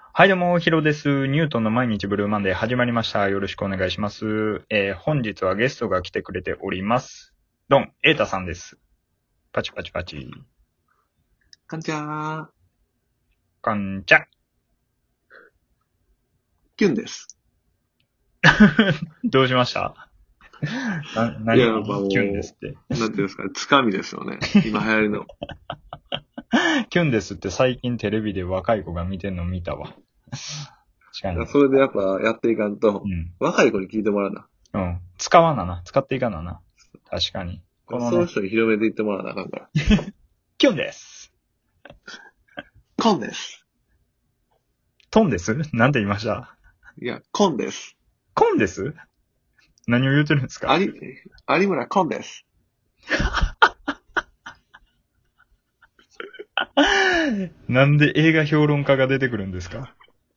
はいどうも、ヒロです。ニュートンの毎日ブルーマンデー始まりました。よろしくお願いします。本日はゲストが来てくれております。ドン、エータさんです。パチパチパチ。 かんちゃー、 こんちゃ。 キュンです。 どうしましたいや、 何やっぱキュンですもって。 う、なんていうんですかね、つかみですよね。今流行りの。 キュンですって最近テレビで若い子が見てんの見たわ。確かに。 それでやっぱやっていかんと、 うん。 若い子に聞いてもらうな。 うん。使わなな。使っていかなな。確かに。このね、 そういう人に広めていってもらわなあかんから。 キュンです。 コンです。 トンですなんて言いました？ いや、コンです。 コンです何を言うてるんですか？ 有村コンです。 なんで映画評論家が出てくるんですか？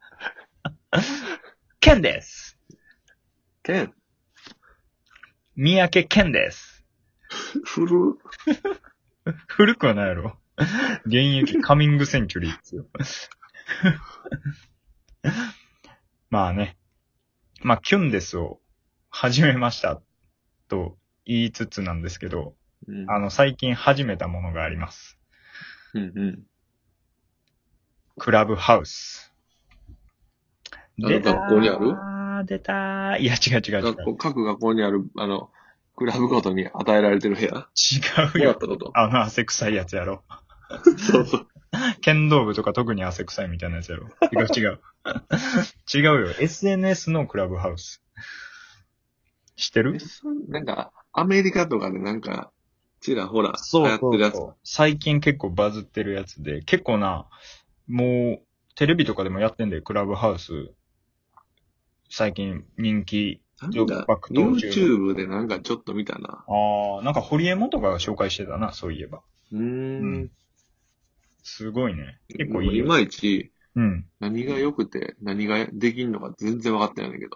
ケンです。 ケン、 三宅ケンです。 古、 古くはないやろ。現役カミングセンチュリーですよ。まあね。まあ、キュンですを始めましたと言いつつなんですけど、 うん、 最近始めたものがあります。 うん、うん。 クラブハウス。出た学校にあるー、出たー。いや、違う違う違う。 各学校にある、クラブごとに与えられてる部屋違うよ。 もらったこと。 汗臭いやつやろ。 そうそう。 剣道部とか特に汗臭いみたいなやつやろ。違う違う。違うよ。SNS のクラブハウス。知ってる？ なんか、アメリカとかでなんか、ちらほら流そう行ってるやつ。 そうそう。最近結構バズってるやつで、結構な、もう、テレビとかでもやってんで、クラブハウス。最近人気、続なんだ、 々登中。 YouTube でなんかちょっと見たな。 なんかホリエモンとかが紹介してたな、そういえば。 うーん。 うん。すごいね。結構いいよ。 でもいまいちうん。 何が良くて何ができんのか全然分かってないんだけど。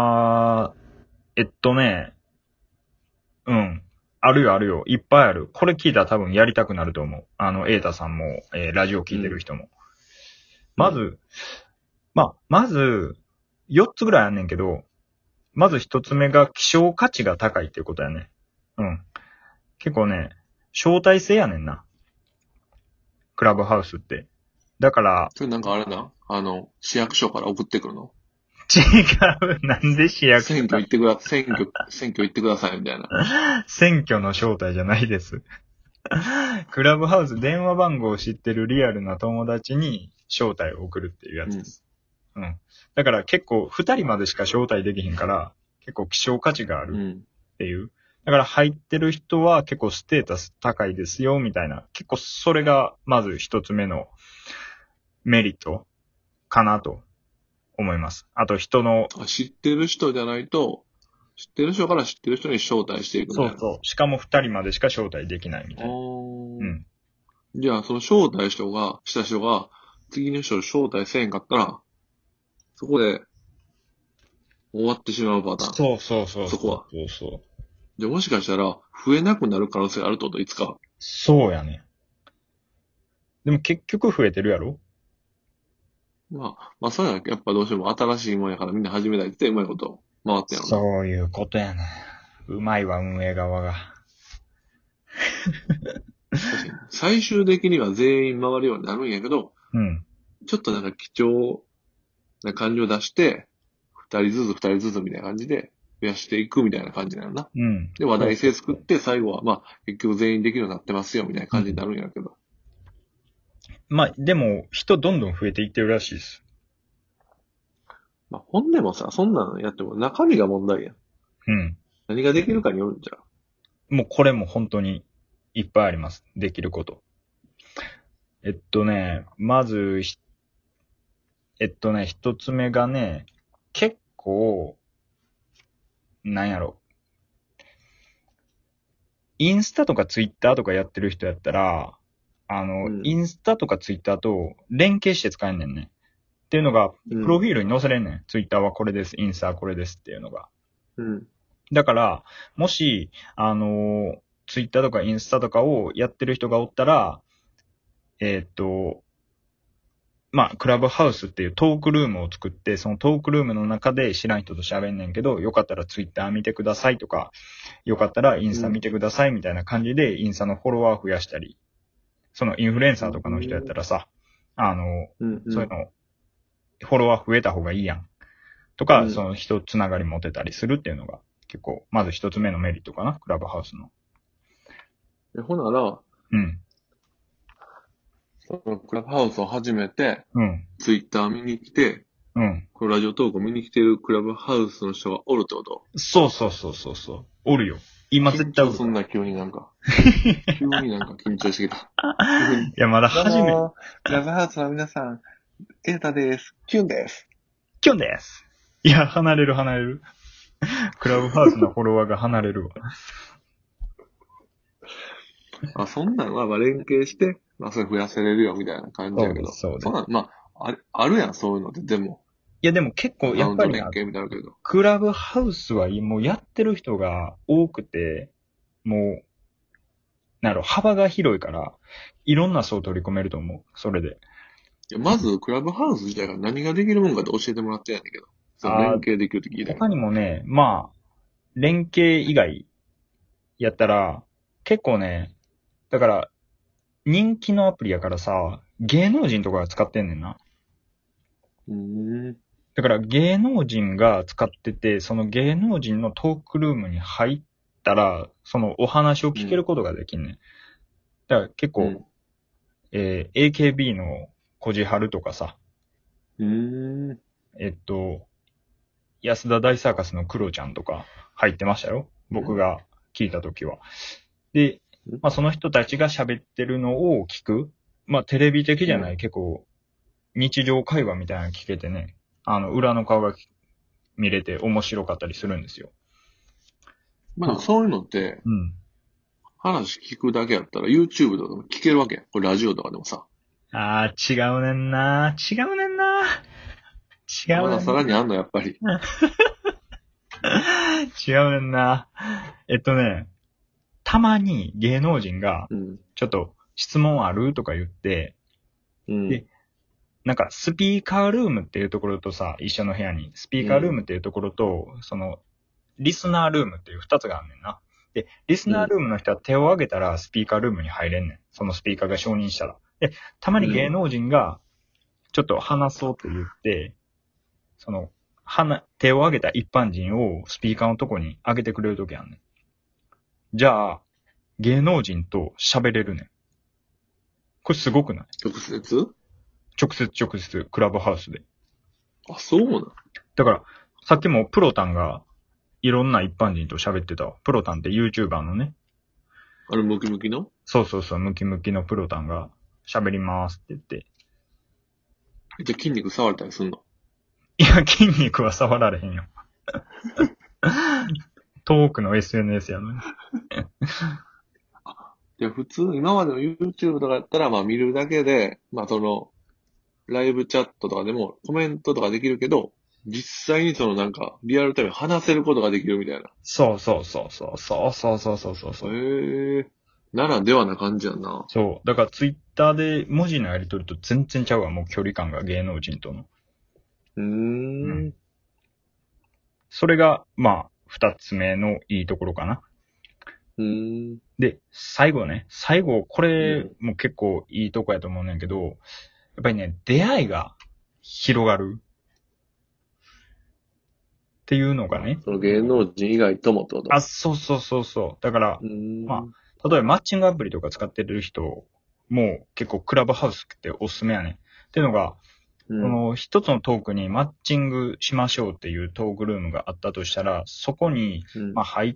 ね、うん。あるよあるよ。いっぱいある。これ聞いたら多分やりたくなると思う。エータさんも、ラジオ聞いてるうん。 人も。 うん。 まず、まず、4つぐらいあんねんけど、まず1つ目が希少価値が高いっていうことやね。うん。結構ね、招待制やねんな。クラブハウスって。だから、 それなんかあれな、市役所から送ってくるの？ 違う。なんで市役所か。 選挙行ってくださいみたいな。 選挙の招待じゃないです。クラブハウス電話番号を知ってるリアルな友達に招待を送るっていうやうん。 つです。うん。だから結構2人までしか招待できひんから、結構希少価値があるうん。 っていう。だから入ってる人は結構ステータス高いですよ、みたいな。結構それがまず1つ目のメリットかなと思います。あと人の、 知ってる人じゃないと、知ってる人から知ってる人に招待していくみたいな。 そうそう。しかも2人までしか招待できないみたいな。うおー。 ん。 じゃあ、その招待した人が、次の人を招待せんかったら、そこで終わってしまうパターン。 そうそうそうそうそこは。 そうそう。 じゃあもしかしたら、増えなくなる可能性があるってこと？いつか。 そうやね。でも結局増えてるやろ？ まあそういうのはやっぱどうしても新しいもんやからみんな始めたいって言ってうまいこと回ってんやろな。 そういうことやね。うまいわ、運営側が。 確かに。最終的には全員回るようになるんやけど、 うん。 ちょっとなんか貴重な感じを出して、二人ずつみたいな感じで増やしていくみたいな感じなのな。 うん。 で、話題性作っそうそうそう。 て最後は、結局全員できるようになってますよみたいな感じにうん。 なるんやけど。 でも、人どんどん増えていってるらしいです。 本でもさ、そんなのやっても中身が問題やん。 うん。 何ができるかによるんちゃもうこれも本当にいっぱいあります。できること。まず一つ目がね、結構、なんやろ。インスタとかツイッターとかやってる人やったら、 う？うイん。 ンスタとかツイッターと連携して使えんねんね。っていうのが、 うん。 プロフィールに載せれんねん。ツイッターはこれです。インスタはこれですっていうのが。 うん。 だから、もし、ツイッターとかインスタとかをやってる人がおったら、えーっと、 まあ、クラブハウスっていうトークルームを作って、そのトークルームの中で知らん人と喋んねんけど、よかったらツイッター見てくださいとか、よかったらインスタ見てくださいみたいな感じで、インスタのフォロワー増やしたり、そのインフルエンサーとかの人やったらさ、そういうの、フォロワー増えた方がいいやん。とか、その人つながり持てたりするっていうのが、結構、まず一つ目のメリットかな、クラブハウスの。 ほなら、 うん。 そのクラブハウスを始めて、 うん。 ツイッター見に来て、 うん。 このラジオトークを見に来てるクラブハウスの人がおるってこと？ そうそうそうそうそう。おるよ。今絶対おる。 緊張すんな、急になんか。急になんか緊張してきた。 いや、まだ初め。 クラブハウスの皆さん、エータです。キュンです。 キュンです。いや、離れる。クラブハウスのフォロワーが離れるわ。 あ、そんなんは、連携して、それ増やせれるよ、みたいな感じやけど。 そうです。 そんなん、あるやん、そういうのって、でも。 いや、でも結構、やっぱりな、 連携みたいなのあるけど。 クラブハウスはもうやってる人が多くて、もう、幅が広いから、いろんな層を取り込めると思う。それで。 いや、まず、クラブハウス自体が何ができるもんかって教えてもらってやんだけど。その連携できるって聞いたけど。 他にもね、まあ、連携以外やったら、結構ね、だから、人気のアプリやからさ、芸能人とかが使ってんねんな。だから芸能人が使ってて、その芸能人のトークルームに入ったら、そのお話を聞けることができんねん。だから結構、AKB の小路春とかさ、安田大サーカスのクロちゃんとか入ってましたよ。僕が聞いたときは。で、まあその人たちが喋ってるのを聞く。まあテレビ的じゃない結構日常会話みたいなの聞けてね、裏の顔が見れて面白かったりするんですよ。 まあそういうのって、 うん。 話聞くだけやったら YouTube とかでも聞けるわけや。これラジオとかでもさ。 あー、違うねんな。違うねんな。違うねんな。 まださらにあんの、やっぱり。 違うねんな。たまに芸能人が、ちょっと質問あるとか言って、で、なんかスピーカールームっていうところとさ、一緒の部屋に、スピーカールームっていうところと、その、リスナールームっていう二つがあんねんな。で、リスナールームの人は手を挙げたらスピーカールームに入れんねん。そのスピーカーが承認したら。で、たまに芸能人が、ちょっと話そうって言って、その、手を挙げた一般人をスピーカーのとこに上げてくれるときあんねん。じゃあ、芸能人と喋れるねん。これすごくない？ 直接、 クラブハウスで。 あ、そうなの？ だから、さっきもプロタンがいろんな一般人と喋ってたわ。プロタンって YouTuber のね。 ムキムキの？ そう、ムキムキのプロタンが喋りますって言って。 じゃあ筋肉触れたりすんの？ いや、筋肉は触られへんよ。遠くの SNS やのに。 いや、普通、今までの YouTube とかやったら、見るだけで、ライブチャットとかでもコメントとかできるけど、実際にリアルタイムに話せることができるみたいな。 そう。 ならではな感じやんな。 そう。だからツイッターで文字のやり取りと全然ちゃうわ、もう距離感が芸能人との。それが、二つ目のいいところかな。で、最後、これも結構いいとこやと思うねんけど、やっぱりね、出会いが広がるっていうのがね。 その芸能人以外ともってこと？ あ、そう。だから、例えばマッチングアプリとか使ってる人も結構クラブハウスっておすすめやねん。っていうのが、この一つのトークにマッチングしましょうっていうトークルームがあったとしたら、そこに入って、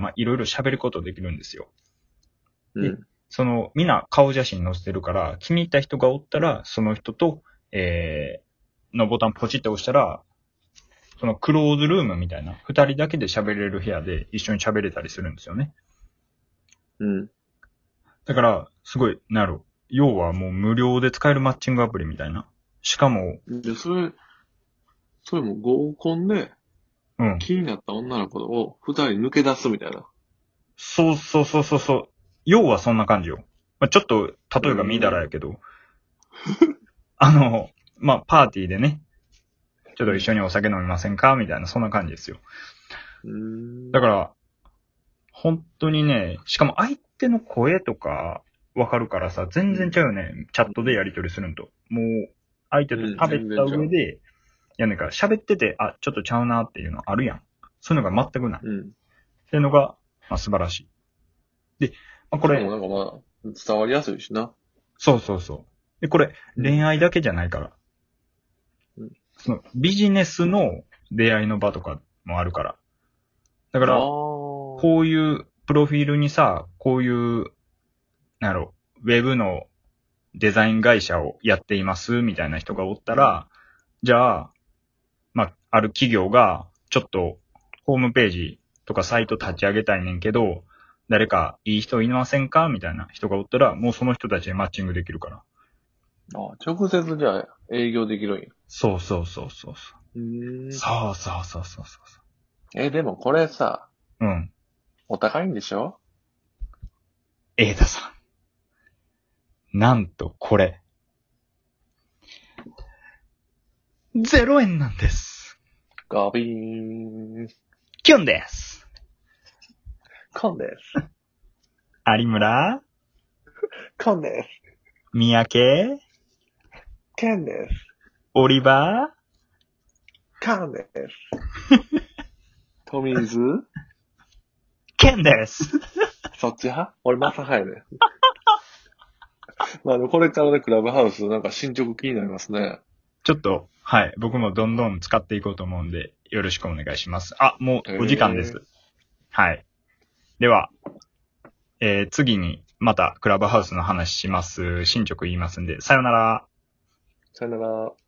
いろいろ喋ることできるんですよ。で、みんな顔写真載せてるから、気に入った人がおったら、その人と、のボタンポチって押したら、そのクローズルームみたいな、二人だけで喋れる部屋で一緒に喋れたりするんですよね。だから、すごい、要はもう無料で使えるマッチングアプリみたいな。しかも、 それも合コンで、気になった女の子を二人抜け出すみたいな。 そう。要はそんな感じよ。ちょっと、例えば見たらやけど、 まあ、パーティーでね、ちょっと一緒にお酒飲みませんかみたいな、そんな感じですよ。だから、本当にね、しかも相手の声とかわかるからさ、全然ちゃうよね。チャットでやり取りするんと。もう、相手と喋った上で、やねんから喋ってて、あ、ちょっとちゃうなっていうのあるやん。そういうのが全くない。っていうのが、まあ素晴らしい。で、まあ、これ。 なんかまあ、伝わりやすいしな。 そうそうそう。で、これ、恋愛だけじゃないから。そのビジネスの出会いの場とかもあるから。だから、こういうプロフィールにさ、こういう、なんやろ、ウェブのデザイン会社をやっていますみたいな人がおったら、じゃあ、まあ、ある企業が、ちょっと、ホームページとかサイト立ち上げたいねんけど、誰かいい人いませんかみたいな人がおったら、もうその人たちにマッチングできるから。 直接じゃあ営業できるんや。 そうそうそうそう。そうそうそうそうそう。 でもこれさ、 うん。 お高いんでしょ？ 瑛太さん。なんとこれ。0円なんです。 ガビーン。 キュンです。 コンです。 有村コンです。 三宅ケンです。 オリバーカンです。トミーズケンです。 そっち派？俺マサ派やね。まあこれからね、クラブハウスなんか進捗気になりますね。 ちょっと、はい。僕もどんどん使っていこうと思うんで、よろしくお願いします。あ、もうお時間です。はい。では、次にまたクラブハウスの話します。進捗言いますんで、さよなら。 さよなら。